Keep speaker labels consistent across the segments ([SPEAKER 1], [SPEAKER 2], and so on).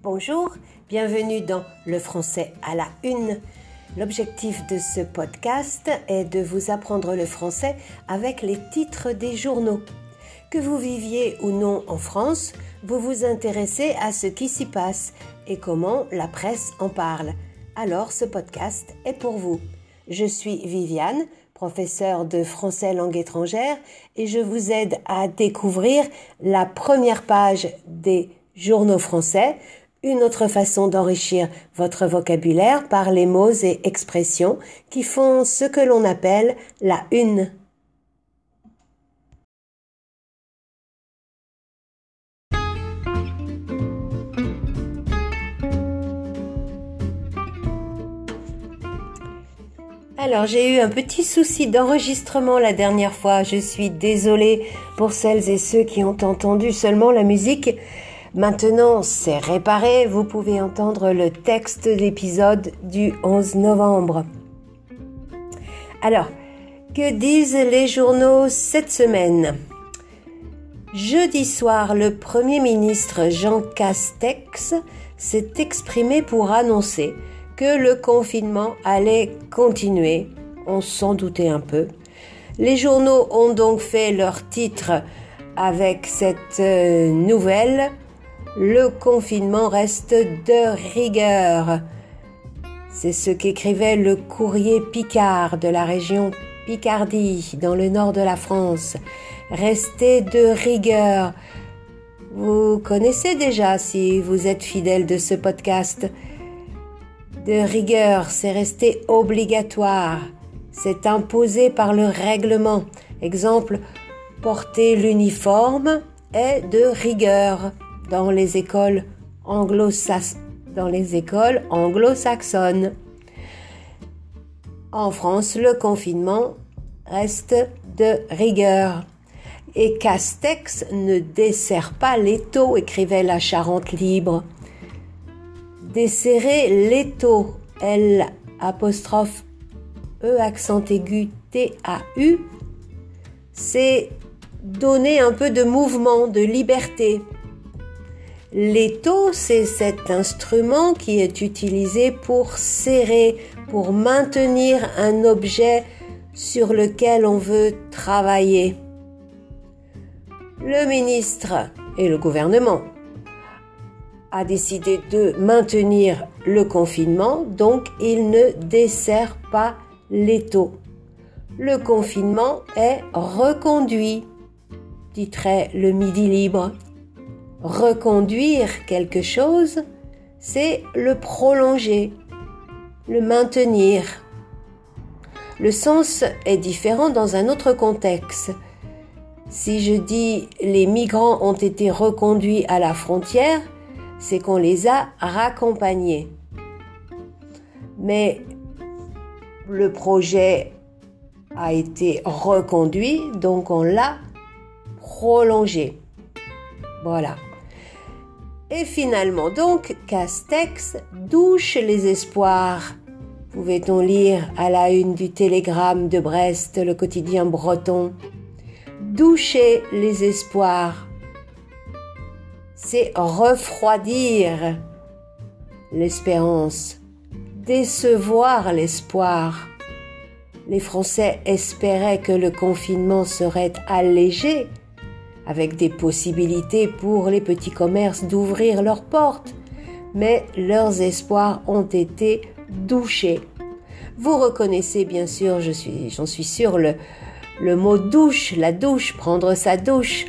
[SPEAKER 1] Bonjour, bienvenue dans Le français à la une. L'objectif de ce podcast est de vous apprendre le français avec les titres des journaux. Que vous viviez ou non en France, vous vous intéressez à ce qui s'y passe et comment la presse en parle. Alors ce podcast est pour vous. Je suis Viviane, professeure de français langue étrangère et je vous aide à découvrir la première page des journaux français, une autre façon d'enrichir votre vocabulaire par les mots et expressions qui font ce que l'on appelle la une. Alors, j'ai eu un petit souci d'enregistrement la dernière fois. Je suis désolée pour celles et ceux qui ont entendu seulement la musique. Maintenant, c'est réparé. Vous pouvez entendre le texte d'épisode du 11 novembre. Alors, que disent les journaux cette semaine ? Jeudi soir, le Premier ministre Jean Castex s'est exprimé pour annoncer que le confinement allait continuer. On s'en doutait un peu. Les journaux ont donc fait leur titre avec cette nouvelle. Le confinement reste de rigueur. C'est ce qu'écrivait le Courrier Picard de la région Picardie, dans le nord de la France. Restez de rigueur. Vous connaissez déjà si vous êtes fidèle de ce podcast. De rigueur, c'est rester obligatoire. C'est imposé par le règlement. Exemple, porter l'uniforme est de rigueur dans les écoles anglo-saxonnes. En France, le confinement reste de rigueur. Et Castex ne desserre pas l'étau, écrivait la Charente libre. Desserrer l'étau, L''E accent aigu T-A-U, c'est donner un peu de mouvement, de liberté. L'étau, c'est cet instrument qui est utilisé pour serrer, pour maintenir un objet sur lequel on veut travailler. Le ministre et le gouvernement a décidé de maintenir le confinement, donc il ne dessert pas l'étau. Le confinement est reconduit, titrait le Midi Libre. Reconduire quelque chose, c'est le prolonger, le maintenir. Le sens est différent dans un autre contexte. Si je dis « les migrants ont été reconduits à la frontière », c'est qu'on les a raccompagnés. Mais le projet a été reconduit, donc on l'a prolongé. Voilà. Et finalement, donc, Castex douche les espoirs. Pouvait-on lire à la une du Télégramme de Brest, le quotidien breton. Doucher les espoirs, c'est refroidir l'espérance, décevoir l'espoir. Les Français espéraient que le confinement serait allégé, avec des possibilités pour les petits commerces d'ouvrir leurs portes, mais leurs espoirs ont été douchés. Vous reconnaissez bien sûr, j'en suis sûre, le mot douche, la douche, prendre sa douche.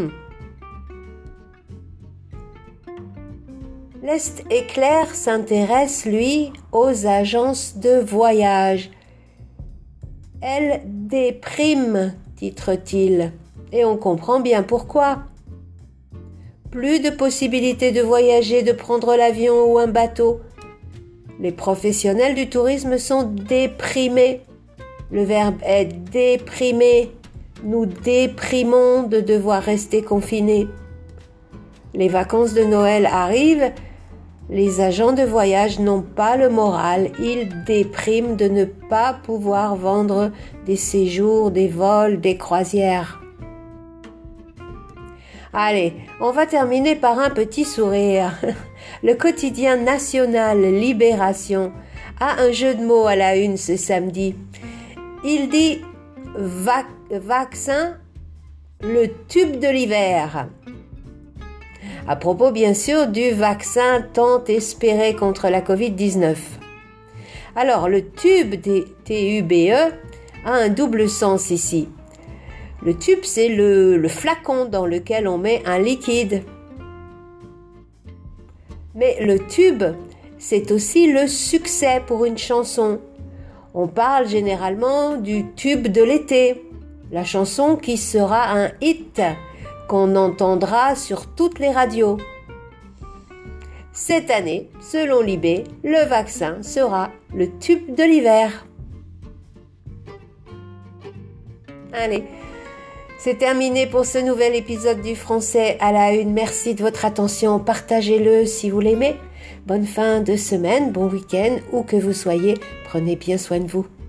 [SPEAKER 1] L'Est éclair s'intéresse, lui, aux agences de voyage. Elles dépriment, titre-t-il. Et on comprend bien pourquoi. Plus de possibilités de voyager, de prendre l'avion ou un bateau. Les professionnels du tourisme sont déprimés. Le verbe est déprimer. Nous déprimons de devoir rester confinés. Les vacances de Noël arrivent. Les agents de voyage n'ont pas le moral. Ils dépriment de ne pas pouvoir vendre des séjours, des vols, des croisières. Allez, on va terminer par un petit sourire. Le quotidien national Libération a un jeu de mots à la une ce samedi. Il dit vaccin, le tube de l'hiver. À propos bien sûr du vaccin tant espéré contre la Covid-19. Alors le tube des TUBE a un double sens ici. Le tube, c'est le flacon dans lequel on met un liquide. Mais le tube, c'est aussi le succès pour une chanson. On parle généralement du tube de l'été, la chanson qui sera un hit, qu'on entendra sur toutes les radios. Cette année, selon Libé, le vaccin sera le tube de l'hiver. Allez, c'est terminé pour ce nouvel épisode du Français à la une. Merci de votre attention. Partagez-le si vous l'aimez. Bonne fin de semaine, bon week-end, où que vous soyez. Prenez bien soin de vous.